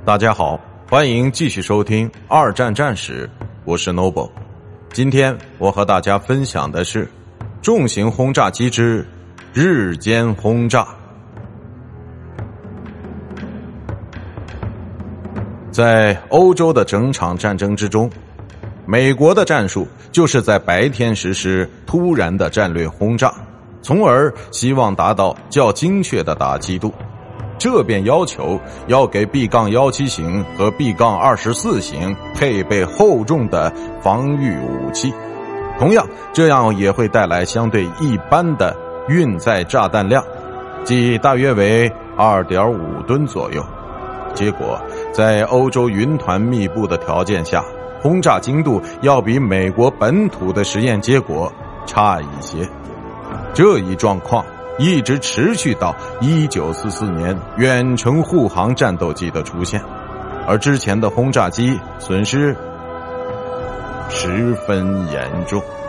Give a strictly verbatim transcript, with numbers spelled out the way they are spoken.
大家好，欢迎继续收听二战战史，我是 Noble。 今天我和大家分享的是重型轰炸机之日间轰炸。在欧洲的整场战争之中，美国的战术就是在白天实施突然的战略轰炸，从而希望达到较精确的打击度。这便要求要给 B 十七 型和 B 二十四 型配备厚重的防御武器，同样这样也会带来相对一般的运载炸弹量，即大约为 二点五 吨左右。结果在欧洲云团密布的条件下，轰炸精度要比美国本土的实验结果差一些。这一状况一直持续到一九四四年远程护航战斗机的出现，而之前的轰炸机损失十分严重。